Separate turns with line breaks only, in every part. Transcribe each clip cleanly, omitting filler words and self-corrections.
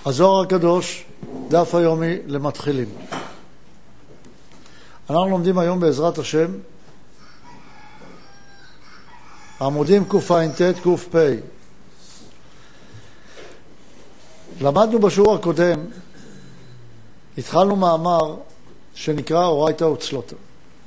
הזוהר הקדוש, דף היומי למתחילים. אנחנו לומדים היום בעזרת השם עמודים קע"ט ק"פ. למדנו בשיעור הקודם, התחלנו מאמר שנקרא אורייתא וצלותא.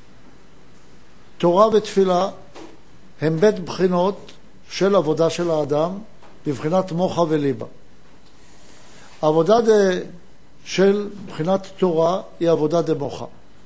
תורה ותפילה הם בית בחינות של עבודה של האדם בבחינת מוחה וליבה. העבודה של בחינת תורה היא עבודה דמוחה,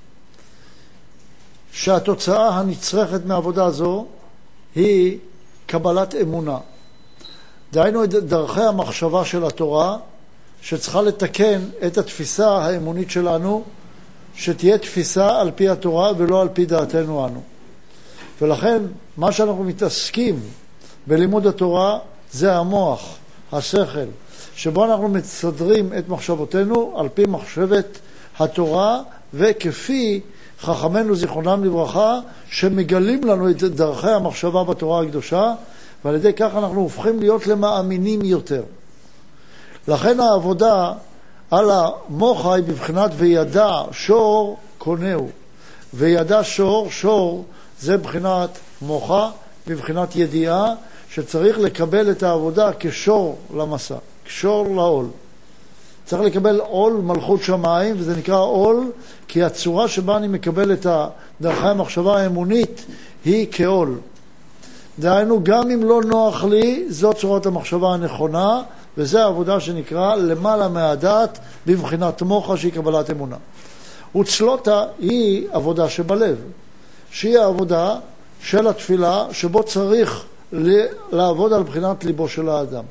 שהתוצאה הנצרכת מעבודה זו היא קבלת אמונה. דהיינו את דרכי המחשבה של התורה, שצריכה לתקן את התפיסה האמונית שלנו, שתהיה תפיסה על פי התורה ולא על פי דעתנו אנו. ולכן מה שאנחנו מתעסקים בלימוד התורה זה המוח, השכל, שבו אנחנו מסדרים את מחשבותינו על פי מחשבת התורה, וכפי חכמינו זיכרונם לברכה, שמגלים לנו את דרכי המחשבה בתורה הקדושה, ועל ידי כך אנחנו הופכים להיות למאמינים יותר. לכן העבודה על המוחה היא בבחינת וידע שור קונהו. וידע שור, שור זה בבחינת מוחה, בבחינת ידיעה, שצריך לקבל את העבודה כשור למסע, כשור לעול. צריך לקבל עול מלכות שמיים, וזה נקרא עול, כי הצורה שבה אני מקבל את דרכי המחשבה האמונית היא כעול. דהיינו, גם אם לא נוח לי, זו צורת המחשבה הנכונה, וזו העבודה שנקרא למעלה מהדעת, בבחינת מוחה שהיא קבלת אמונה. וצלותא היא עבודה שבלב, שהיא העבודה של התפילה, שבו צריך לעבוד על בחינת ליבו של האדם.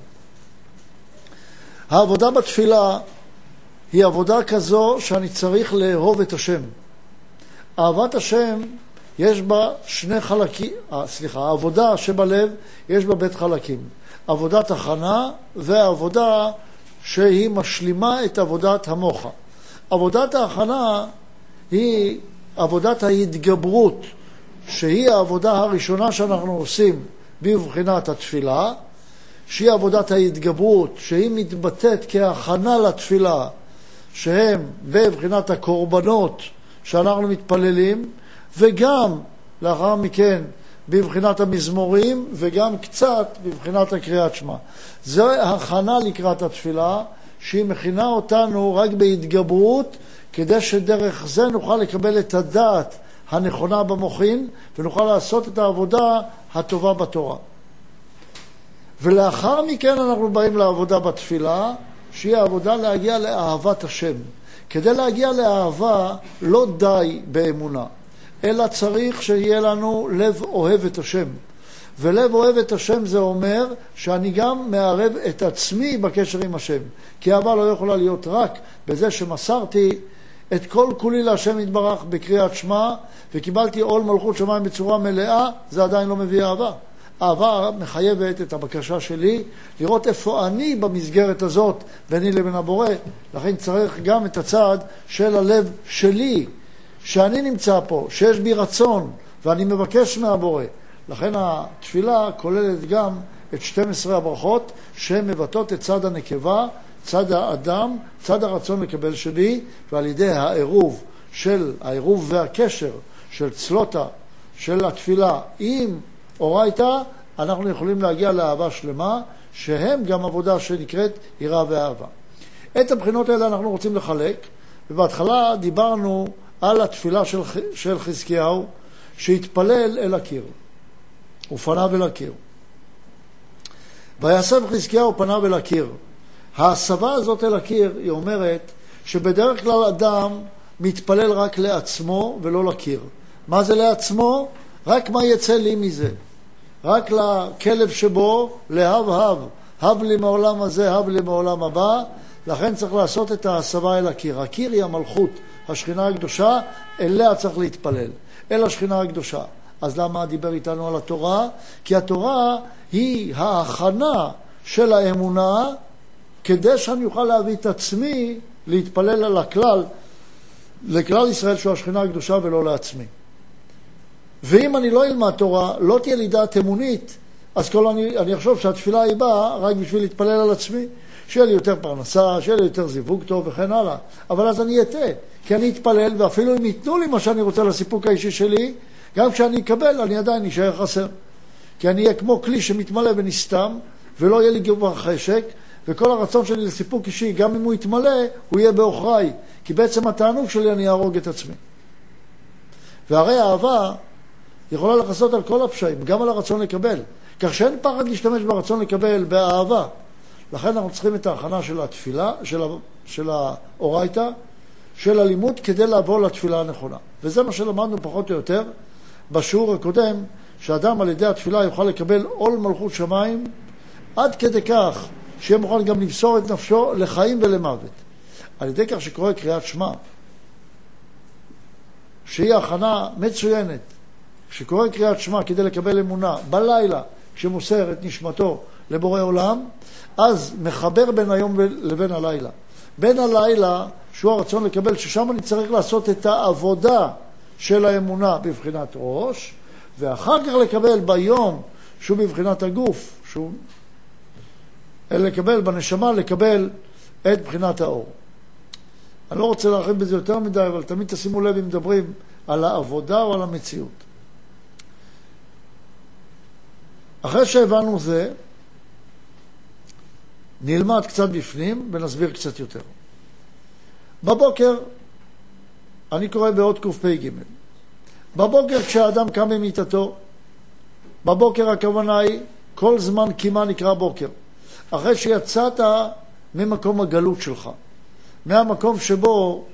העבודה בתפילה היא עבודה כזו שאני צריך לאהוב את השם. אהבת השם יש בה שני חלקים, העבודה שבלב יש בה בית חלקים. עבודת הכנה ועבודה שהיא משלימה את עבודת המוחה. עבודת ההכנה היא עבודת ההתגברות, שהיא העבודה הראשונה שאנחנו עושים בבחינת התפילה, שהיא עבודת ההתגברות, שהיא מתבטאת כהכנה לתפילה, שהם בבחינת הקורבנות שאנחנו מתפללים, וגם לאחר מכן בבחינת המזמורים, וגם קצת בבחינת הקריאת שמע. זו הכנה לקראת התפילה, שהיא מכינה אותנו רק בהתגברות, כדי שדרך זה נוכל לקבל את הדעת הנכונה במוחין, ונוכל לעשות את העבודה הטובה בתורה. ולאחר מכן אנחנו באים לעבודה בתפילה, שהיא העבודה להגיע לאהבת השם. כדי להגיע לאהבה לא די באמונה, אלא צריך שיהיה לנו לב אוהב את השם. ולב אוהב את השם זה אומר שאני גם מערב את עצמי בקשר עם השם. כי אהבה לא יכולה להיות רק בזה שמסרתי את כל כולי להשם יתברך בקריאת שמע, וקיבלתי עול מלכות שמיים בצורה מלאה, זה עדיין לא מביא אהבה. אהבה מחייבת את הבקשה שלי, לראות איפה אני במסגרת הזאת ביני לבין הבורא. לכן צריך גם את הצד של הלב שלי, שאני נמצא פה, שיש בי רצון, ואני מבקש מהבורא. לכן התפילה כוללת גם את 12 הברכות, שהן מבטאות את צד הנקבה, צד האדם, צד הרצון לקבל שלי, ועל ידי העירוב והקשר של צלותא, של התפילה עם אורייתא, אנחנו יכולים להגיע לאהבה שלמה, שהם גם עבודה שנקראת יראה ואהבה. את הבחינות האלה אנחנו רוצים לחלק, ובהתחלה דיברנו על התפילה של חזקיהו, שהתפלל אל הקיר, ופניו אל הקיר. ויסב חזקיהו פניו אל הקיר. ההסבה הזאת אל הקיר היא אומרת שבדרך כלל אדם מתפלל רק לעצמו ולא לקיר. מה זה לעצמו? רק מה יצא לי מזה. רק לכלב שבו להב, הב לי מעולם הזה, הב לי מעולם הבא. לכן צריך לעשות את ההסבה אל הקיר. הקיר היא המלכות, השכינה הקדושה, אליה צריך להתפלל, אל השכינה הקדושה. אז למה דיבר איתנו על התורה? כי התורה היא ההכנה של האמונה, כדי שאני אוכל להביא את עצמי להתפלל על הכלל, לכלל ישראל שהוא השכינה הקדושה ולא לעצמי. ואם אני לא אלמד תורה, לא תהיה לי דעת אמונית, אז אני אחשוב שהתפילה היא באה רק בשביל להתפלל על עצמי, שיהיה לי יותר פרנסה, שיהיה לי יותר זיווג טוב וכן הלאה. אבל אז אני אתן, כי אני אתפלל, ואפילו אם ייתנו לי מה שאני רוצה לסיפוק האישי שלי, גם כשאני אקבל, אני עדיין אשאר חסר. כי אני אהיה כמו כלי שמתמלא ונסתם, ולא יהיה לי כבר חשק, וכל הרצון שלי לסיפוק אישי, גם אם הוא יתמלא, הוא יהיה באוכריי. כי בעצם התענוג שלי אני אהרוג את עצמי. והרי האהבה יכולה לחסות על כל הפשעים, גם על הרצון לקבל. כך שאין פחד להשתמש ברצון לקבל באהבה. לכן אנחנו צריכים את ההכנה של התפילה, של האורייתא, של הלימוד, כדי לעבור לתפילה הנכונה. וזה מה שלמדנו פחות או יותר בשיעור הקודם, שאדם על ידי התפילה יוכל לקבל עול מלכות שמיים, עד כדי כך שיהיה מוכן גם למסור את נפשו לחיים ולמוות. על ידי כך שקורא קריאת שמע, שהיא הכנה מצוינת, שקורא קריאת שמע כדי לקבל אמונה בלילה, כשמוסר את נשמתו לבורא עולם, אז מחבר בין היום לבין הלילה. בין הלילה, שהוא הרצון לקבל, ששם אני צריך לעשות את העבודה של האמונה בבחינת ראש, ואחר כך לקבל ביום שהוא בבחינת הגוף, שהוא לקבל בנשמה, לקבל את בחינת האור. אני לא רוצה להרחיב בזה יותר מדי, אבל תמיד תשימו לב אם מדברים על העבודה או על המציאות. אחרי שהבנו זה, נלמד קצת בפנים ונסביר קצת יותר. בבוקר, אני קורא בעוד קפ"ג. בבוקר כשהאדם קם ממיטתו, בבוקר הכוונה היא, כל זמן קימה נקרא בוקר. אחרי שיצאת ממקום הגלות שלך, מהמקום שבו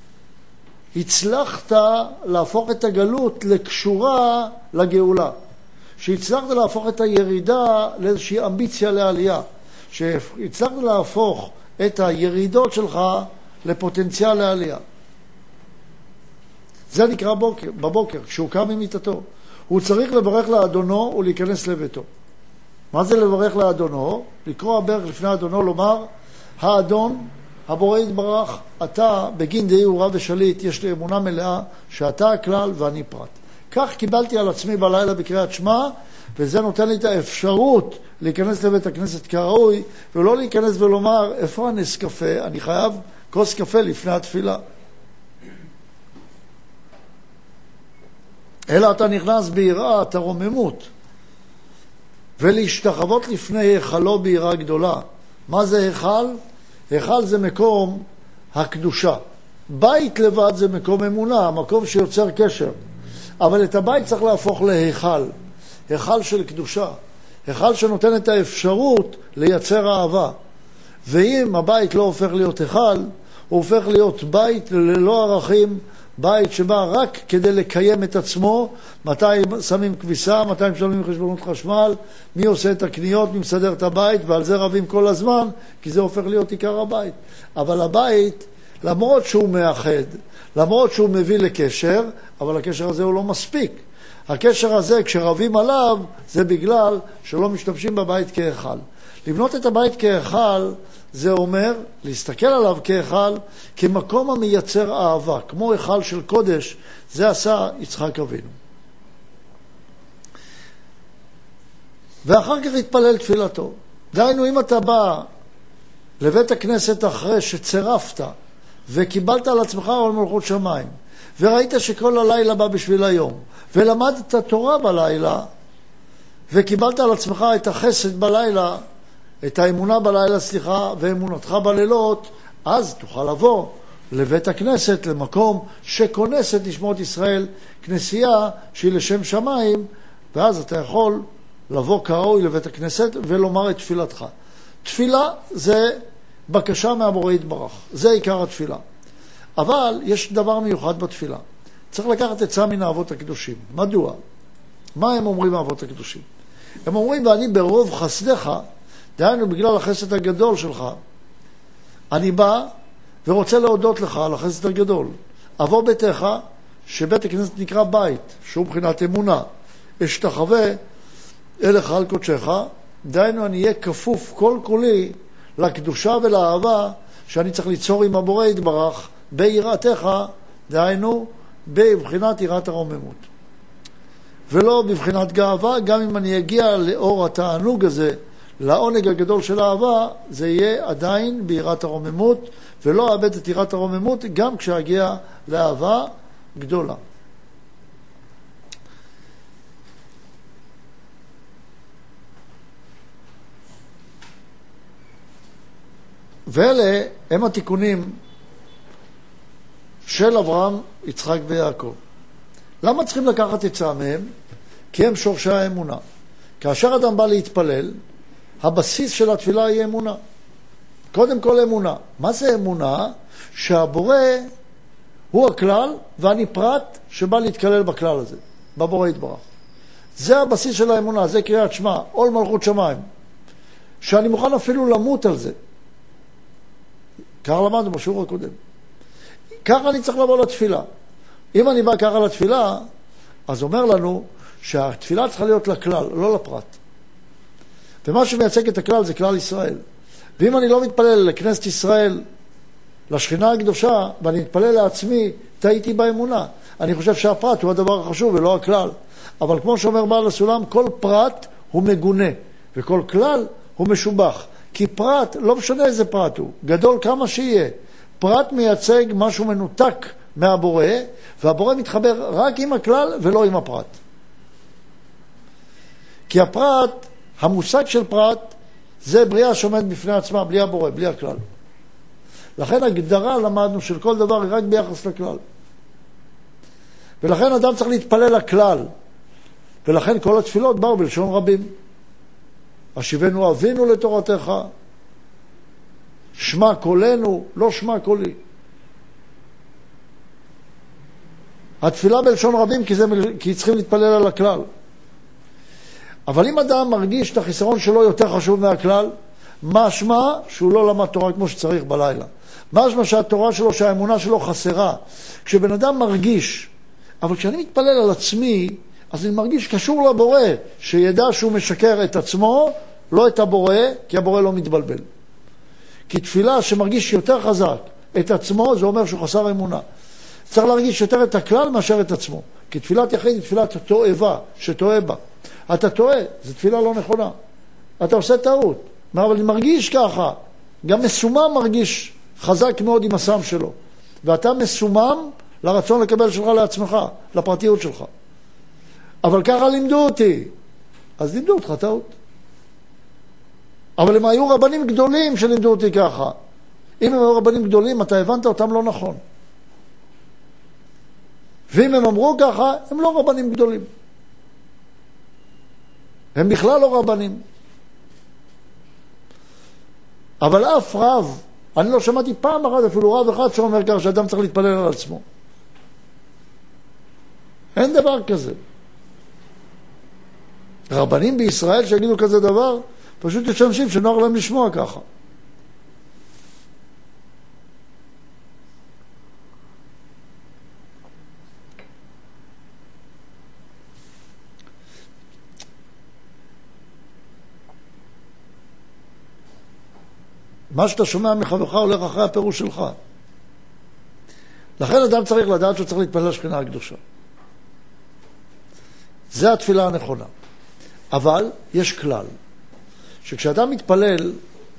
הצלחת להפוך את הגלות לקשורה לגאולה. שהצלחת להפוך את הירידה לאיזושהי אמביציה לעלייה. שהצלחת להפוך את הירידות שלך לפוטנציאל לעלייה. זה נקרא בבוקר, כשהוא קם ממיטתו. הוא צריך לברך לאדונו ולהיכנס לביתו. מה זה לברך לאדונו? לקרוא הברך לפני אדונו, לומר, האדון, הבורא יתברך, אתה בגין דאי הוא רב ושליט, יש לי אמונה מלאה שאתה הכלל ואני פרט. כך קיבלתי על עצמי בלילה בקריאת שמע, וזה נותן לי את האפשרות להיכנס לבית הכנסת כראוי, ולא להיכנס ולומר, איפה הנס קפה? אני חייב כוס קפה לפני התפילה. אלא אתה נכנס ביראת הרוממות, ולהשתחוות לפני היכלו ביראה גדולה. מה זה היכל? היכל זה מקום הקדושה. בית לבד זה מקום אמונה, מקום שיוצר קשר. אבל את הבית צריך להפוך להיכל. היכל של קדושה. היכל שנותן את האפשרות לייצר אהבה. ואם הבית לא הופך להיות היכל, הוא הופך להיות בית ללא ערכים, בית שבא רק כדי לקיים את עצמו, מתי שמים כביסה, מתי משלמים חשבונות חשמל, מי עושה את הקניות, מי מסדר את הבית, ועל זה רבים כל הזמן, כי זה הופך להיות עיקר הבית. אבל הבית, למרות שהוא מאחד, למרות שהוא מביא לקשר, אבל הקשר הזה הוא לא מספיק. הקשר הזה, כשרבים עליו, זה בגלל שלא משתמשים בבית כאחד. לבנות את הבית כאחד, זה אומר להסתכל עליו כאחד, כמקום המייצר אהבה, כמו היכל של קודש, זה עשה יצחק אבינו. ואחר כך התפלל תפילתו. דהיינו, אם אתה בא לבית הכנסת אחרי שצירפת, וקיבלת על עצמך עול מלכות שמיים, וראית שכל הלילה בא בשביל היום, ולמדת תורה בלילה, וקיבלת על עצמך את החסד בלילה, את האמונה בלילה, ואמונתך בלילות, אז תוכל לבוא לבית הכנסת, למקום שכונס את נשמות ישראל, כנסייה שהיא לשם שמיים, ואז אתה יכול לבוא כראוי לבית הכנסת ולומר את תפילתך. תפילה זה בקשה מהבורא יתברך, זה עיקר התפילה. אבל יש דבר מיוחד בתפילה. צריך לקחת עצה מן האבות הקדושים. מדוע? מה הם אומרים האבות הקדושים? הם אומרים, ואני ברוב חסדך, דהיינו בגלל החסד הגדול שלך, אני בא ורוצה להודות לך על החסד הגדול. אבוא ביתך, שבית הכנסת נקרא בית, שהוא מבחינת אמונה, אשתחווה אליך על קודשך, דהיינו אני אהיה כפוף כל כולי לקדושה ולאהבה שאני צריך ליצור עם הבורא יתברך ביראתך, דהיינו בבחינת יראת הרוממות. ולא בבחינת גאווה. גם אם אני אגיע לאור התענוג הזה, לעונג הגדול של האהבה, זה יהיה עדיין ביראת הרוממות, ולא אאבד את יראת הרוממות גם כשאגיע לאהבה גדולה. ואלה הם התיקונים של אברהם, יצחק ויעקב. למה צריכים לקחת עצה מהם? כי הם שורשי האמונה. כאשר אדם בא להתפלל, הבסיס של התפילה היא אמונה. קודם כל אמונה. מה זה אמונה? שהבורא הוא הכלל ואני פרט שבא להתקלל בכלל הזה, בבורא יתברך. זה הבסיס של האמונה, זה קריאת שמע, עול מלכות שמיים. שאני מוכן אפילו למות על זה. כך למדנו בשיעור הקודם. ככה אני צריך לבוא לתפילה. אם אני בא ככה לתפילה, אז אומר לנו שהתפילה צריכה להיות לכלל, לא לפרט. ומה שמייצג את הכלל זה כלל ישראל. ואם אני לא מתפלל לכנסת ישראל, לשכינה הקדושה, ואני מתפלל לעצמי, טעיתי באמונה. אני חושב שהפרט הוא הדבר החשוב ולא הכלל. אבל כמו שאומר בעל הסולם, כל פרט הוא מגונה, וכל כלל הוא משובח. כי פרט, לא משנה איזה פרט הוא, גדול כמה שיהיה, פרט מייצג משהו מנותק מהבורא, והבורא מתחבר רק עם הכלל ולא עם הפרט. כי הפרט, המושג של פרט, זה בריאה שעומד בפני עצמה, בלי הבורא, בלי הכלל. לכן הגדרה למדנו של כל דבר היא רק ביחס לכלל. ולכן אדם צריך להתפלל לכלל. ולכן כל התפילות באו בלשון רבים. השיבנו אבינו לתורתך, שמע קולנו, לא שמע קולי. התפילה בלשון רבים כי צריכים להתפלל על הכלל. אבל אם אדם מרגיש את החיסרון שלו יותר חשוב מהכלל, משמע שהוא לא למד תורה כמו שצריך בלילה. משמע שהתורה שלו, שהאמונה שלו חסרה. כשבן אדם מרגיש, אבל כשאני מתפלל על עצמי, אז אני מרגיש קשור לבורא, שידע שהוא משקר את עצמו, לא את הבורא, כי הבורא לא מתבלבל. כי תפילה שמרגיש יותר חזק את עצמו, זה אומר שהוא חסר אמונה. צריך להרגיש יותר את הכלל מאשר את עצמו. כי תפילת יחיד היא תפילת תועבה, שטועה בה. אתה טועה, זו תפילה לא נכונה. אתה עושה טעות. אבל אני מרגיש ככה. גם מסומם מרגיש חזק מאוד עם הסם שלו. ואתה מסומם לרצון לקבל שלך לעצמך, לפרטיות שלך. אבל ככה לימדו אותי. אז לימדו אותך טעות. אבל הם היו רבנים גדולים שלימדו אותי ככה. אם הם היו רבנים גדולים, אתה הבנת אותם לא נכון. ואם הם אמרו ככה, הם לא רבנים גדולים. הם בכלל לא רבנים. אבל אף רב, אני לא שמעתי פעם אחת, אפילו רב אחד שאומר ככה שאדם צריך להתפלל על עצמו. אין דבר כזה. רבנים בישראל שיגידו כזה דבר, פשוט יש אנשים שנוח להם לשמוע ככה. מה שאתה שומע מחברך הולך אחרי הפירוש שלך. לכן אדם צריך לדעת שהוא צריך להתפלל לשכינה הקדושה. זה התפילה הנכונה. אבל יש כלל, שכשאדם מתפלל,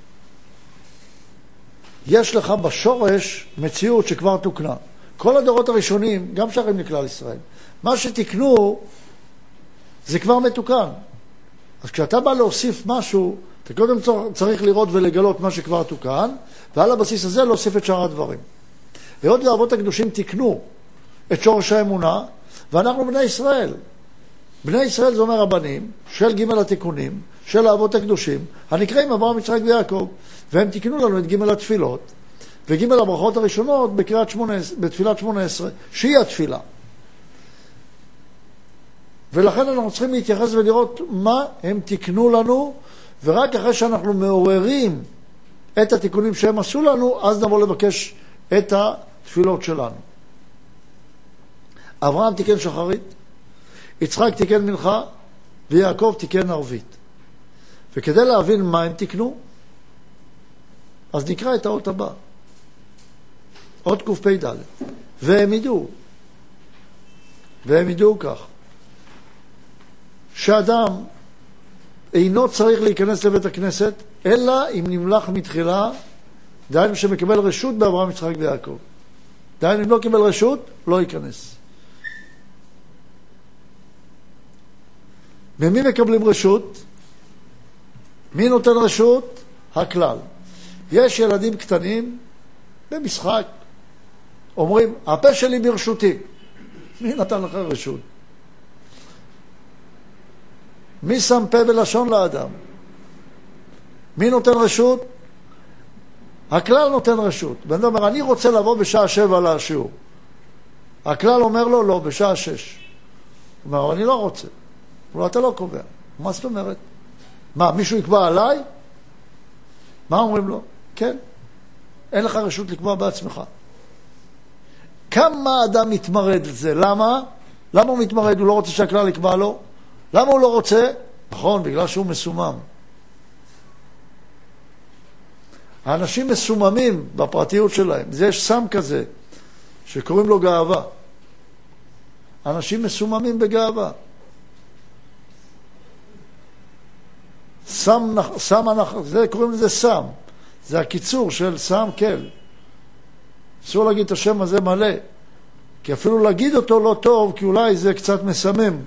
יש לך בשורש מציאות שכבר תוקנה. כל הדורות הראשונים, גם שייכים לכלל ישראל, מה שתקנו זה כבר מתוקן. אז כשאתה בא להוסיף משהו, אתה קודם צריך לראות ולגלות מה שכבר תוקן, ועל הבסיס הזה להוסיף את שאר הדברים. ועוד האבות הקדושים תקנו את שורש האמונה, ואנחנו בני ישראל. בני ישראל זה אומר הבנים של ג' התיקונים, של האבות הקדושים, הנקראים אברהם, יצחק ויעקב, והם תקנו לנו את ג' התפילות, וג' הברכות הראשונות בתפילת 18, שהיא התפילה. ולכן אנחנו צריכים להתייחס ולראות מה הם תקנו לנו, ורק אחרי שאנחנו מעוררים את התיקונים שהם עשו לנו, אז נבוא לבקש את התפילות שלנו. אברהם תיקן שחרית, יצחק תיקן מנחה, ויעקב תיקן ערבית. וכדי להבין מה הם תיקנו, אז נקרא את האות הבא. אות קפ"ד. והם ידעו כך. שאדם אינו צריך להיכנס לבית הכנסת, אלא אם נמלך מתחילה, דהיינו שמקבל רשות באברהם, יצחק ויעקב. דהיינו אם לא קיבל רשות, לא ייכנס. ממי מקבלים רשות? מי נותן רשות? הכלל. יש ילדים קטנים במשחק, אומרים, הפה שלי ברשותי. מי נתן לך רשות? מי שם פה בלשון לאדם? מי נותן רשות? הכלל נותן רשות. בן אדם אומר, אני רוצה לבוא בשעה 7 לשיעור. הכלל אומר לו, לא, בשעה 6. הוא אומר, אני לא רוצה. הוא אומר, אתה לא קובע. מה זאת אומרת? מה, מישהו יקבע עליי? מה אומרים לו? כן. אין לך רשות לקבוע בעצמך. כמה אדם מתמרד לזה? למה? למה הוא מתמרד? הוא לא רוצה שהכלל יקבע לו? למה הוא לא רוצה? נכון, בגלל שהוא מסומם. האנשים מסוממים בפרטיות שלהם. יש סם כזה שקוראים לו גאווה. אנשים מסוממים בגאווה. זה קוראים לזה סם. זה הקיצור של סם כל. אסור להגיד את השם הזה מלא. כי אפילו להגיד אותו לא טוב, כי אולי זה קצת מסמם.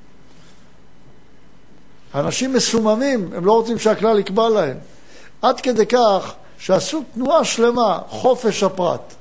אנשים מסוממים, הם לא רוצים שהכלל יקבע להם. עד כדי כך שעשו תנועה שלמה, חופש הפרט.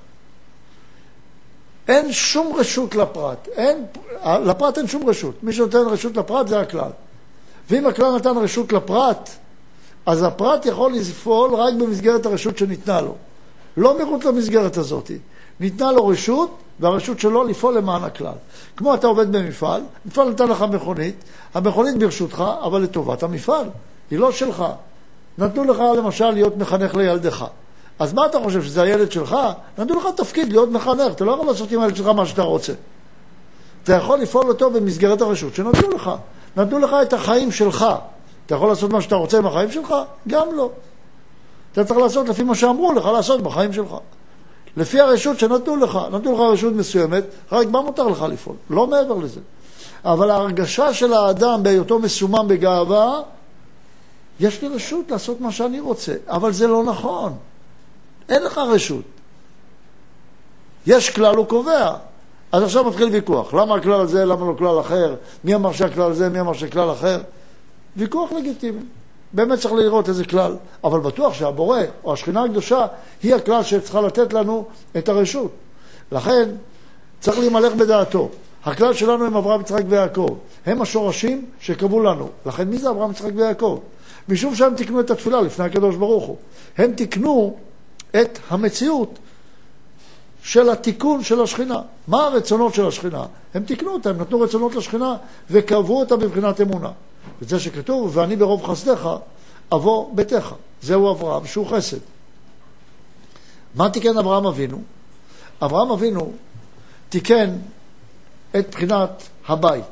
אין שום רשות לפרט. לפרט אין שום רשות. מי שנותן רשות לפרט זה הכלל. ואם הכלל נתן רשות לפרט, אז הפרט יכול לפעול רק במסגרת הרשות שניתנה לו. לא מחוץ למסגרת הזאת. ניתנה לו רשות, והרשות שלו לפעול למען הכלל. כמו אתה עובד במפעל, מפעל נתן לך מכונית, המכונית ברשותך, אבל לטובת המפעל. היא לא שלך. נתנו לך למשל להיות מחנך לילדך. אז מה אתה חושב, שזה הילד שלך? נתנו לך תפקיד להיות מחנך. אתה לא יכול לעשות עם הילד שלך מה שאתה רוצה. אתה יכול לפעול אותו במסגרת הרשות שנתנו לך. נתנו לך את החיים שלך. אתה יכול לעשות מה שאתה רוצה עם החיים שלך? גם לא. אתה צריך לעשות לפי מה שאמרו לך לעשות בחיים שלך. לפי הרשות שנתנו לך. נתנו לך רשות מסוימת, רק מה מותר לך לפעול? לא מעבר לזה. אבל ההרגשה של האדם בהיותו מסומם בגאווה, יש לי רשות לעשות מה שאני רוצה. אבל זה לא נכון. אין לך רשות. יש כלל, הוא קובע. אז עכשיו מתחיל ויכוח. למה הכלל הזה, למה לא כלל אחר? מי אמר שהכלל הזה, מי אמר שכלל אחר? ויכוח לגיטימי. באמת צריך לראות איזה כלל. אבל בטוח שהבורא או השכינה הקדושה היא הכלל שצריכה לתת לנו את הרשות. לכן צריך להימלך בדעתו. הכלל שלנו הם אברהם, יצחק ויעקב. הם השורשים שקבעו לנו. לכן מי זה אברהם, יצחק ויעקב? משום שהם תקנו את התפילה לפני הקדוש ברוך הוא. הם תקנו את המציאות של התיקון של השכינה. מה הרצונות של השכינה? הם תקנו אותה, הם נתנו רצונות לשכינה וקבעו אותה בבחינת אמונה. וזה שכתוב, ואני ברוב חסדך אבוא ביתך. זהו אברהם שהוא חסד. מה תיקן אברהם אבינו? אברהם אבינו תיקן את בחינת הבית.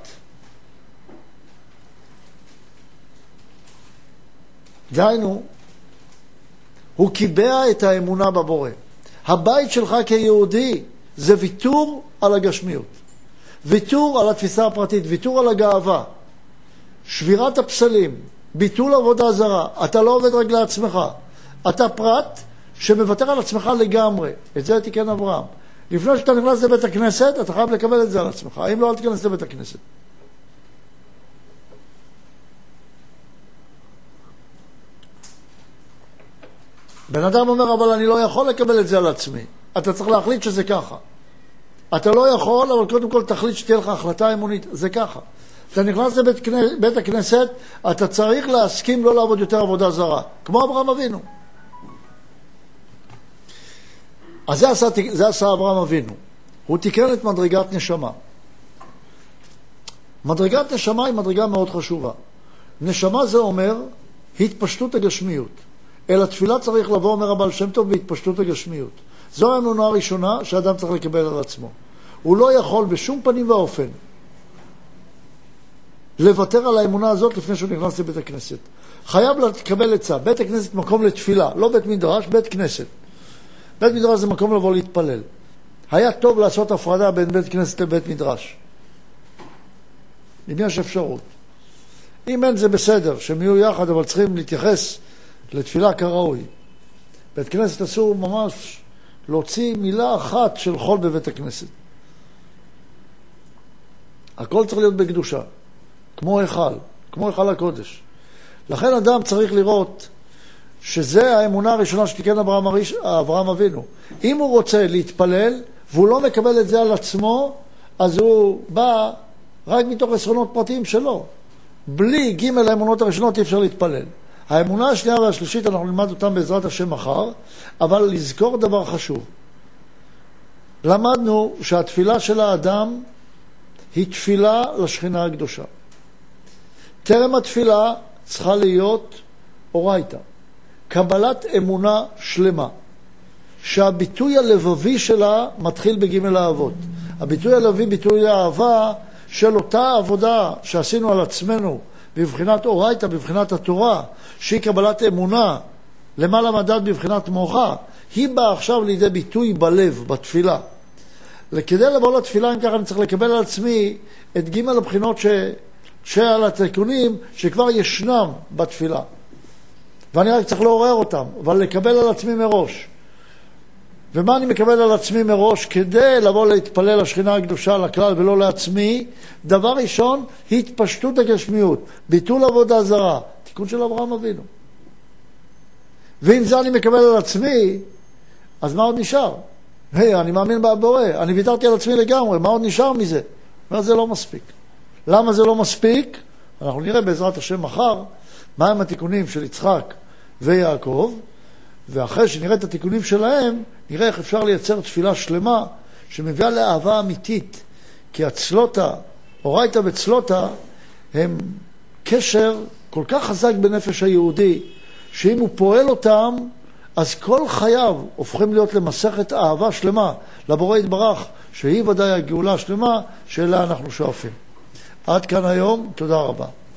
דהיינו, הוא קיבע את האמונה בבורא. הבית שלך כיהודי זה ויתור על הגשמיות. ויתור על התפיסה הפרטית, ויתור על הגאווה. שבירת הפסלים, ביטול עבודה זרה. אתה לא עובד רק לעצמך. אתה פרט שמוותר על עצמך לגמרי. את זה תיקן אברהם. לפני שאתה נכנס לבית הכנסת, אתה חייב לקבל את זה על עצמך. אם לא, אל תיכנס לבית הכנסת. בן אדם אומר, אבל אני לא יכול לקבל את זה על עצמי. אתה צריך להחליט שזה ככה. אתה לא יכול, אבל קודם כל תחליט שתהיה לך החלטה אמונית. זה ככה. אתה נכנס לבית הכנסת, אתה צריך להסכים לא לעבוד יותר עבודה זרה. כמו אברהם אבינו. אז זה עשה אברהם אבינו. הוא תיקן את מדרגת נשמה. מדרגת נשמה היא מדרגה מאוד חשובה. נשמה זה אומר התפשטות הגשמיות. אל התפילה צריך לבוא, אומר הבעל שם טוב, בהתפשטות הגשמיות. זו האמונה הראשונה שאדם צריך לקבל על עצמו. הוא לא יכול בשום פנים ואופן לוותר על האמונה הזאת לפני שהוא נכנס לבית הכנסת. חייב לקבל עצה. בית הכנסת מקום לתפילה, לא בית מדרש, בית כנסת. בית מדרש זה מקום לבוא להתפלל. היה טוב לעשות הפרדה בין בית כנסת לבית מדרש. אם יש אפשרות. אם אין זה בסדר, שהם יהיו יחד, אבל צריכים להתייחס לתפילה כראוי. בית כנסת אסור ממש להוציא מילה אחת של חול בבית הכנסת. הכל צריך להיות בקדושה, כמו היכל הקודש. לכן אדם צריך לראות שזה האמונה הראשונה שתיקן אברהם אבינו. אם הוא רוצה להתפלל, והוא לא מקבל את זה על עצמו, אז הוא בא רק מתוך עשרונות פרטיים שלו. בלי ג' האמונות הראשונות אי אפשר להתפלל. האמונה השנייה והשלישית אנחנו נלמד אותם בעזרת השם מחר, אבל לזכור דבר חשוב. למדנו שהתפילה של האדם היא תפילה לשכינה הקדושה. טרם התפילה צריכה להיות אורייתא, קבלת אמונה שלמה, שהביטוי הלבבי שלה מתחיל בג' האבות. הביטוי הלבבי, ביטוי האהבה של אותה עבודה שעשינו על עצמנו, בבחינת אורייתא, בבחינת התורה, שהיא קבלת אמונה, למעלה מדד בבחינת מוחה, היא באה עכשיו לידי ביטוי בלב, בתפילה. כדי לבוא לתפילה, אם ככה אני צריך לקבל על עצמי את ג' הבחינות שעל התיקונים שכבר ישנם בתפילה. ואני רק צריך לעורר אותם, אבל לקבל על עצמי מראש. ומה אני מקבל על עצמי מראש? כדי לבוא להתפלל לשכינה הקדושה לכלל ולא לעצמי, דבר ראשון, התפשטות הגשמיות, ביטול עבודה זרה, תיקון של אברהם אבינו. ואם זה אני מקבל על עצמי, אז מה עוד נשאר? אני מאמין בבורא, אני ויתרתי על עצמי לגמרי, מה עוד נשאר מזה? זה לא מספיק. למה זה לא מספיק? אנחנו נראה בעזרת השם מחר, מהם התיקונים של יצחק ויעקב, ואחרי שנראה את התיקונים שלהם, נראה איך אפשר לייצר תפילה שלמה שמביאה לאהבה אמיתית. כי הצלותה, אורייתא וצלותה, הם קשר כל כך חזק בנפש היהודי, שאם הוא פועל אותם, אז כל חייו הופכים להיות למסכת אהבה שלמה לבורא יתברך, שהיא ודאי הגאולה השלמה שאליה אנחנו שואפים. עד כאן היום, תודה רבה.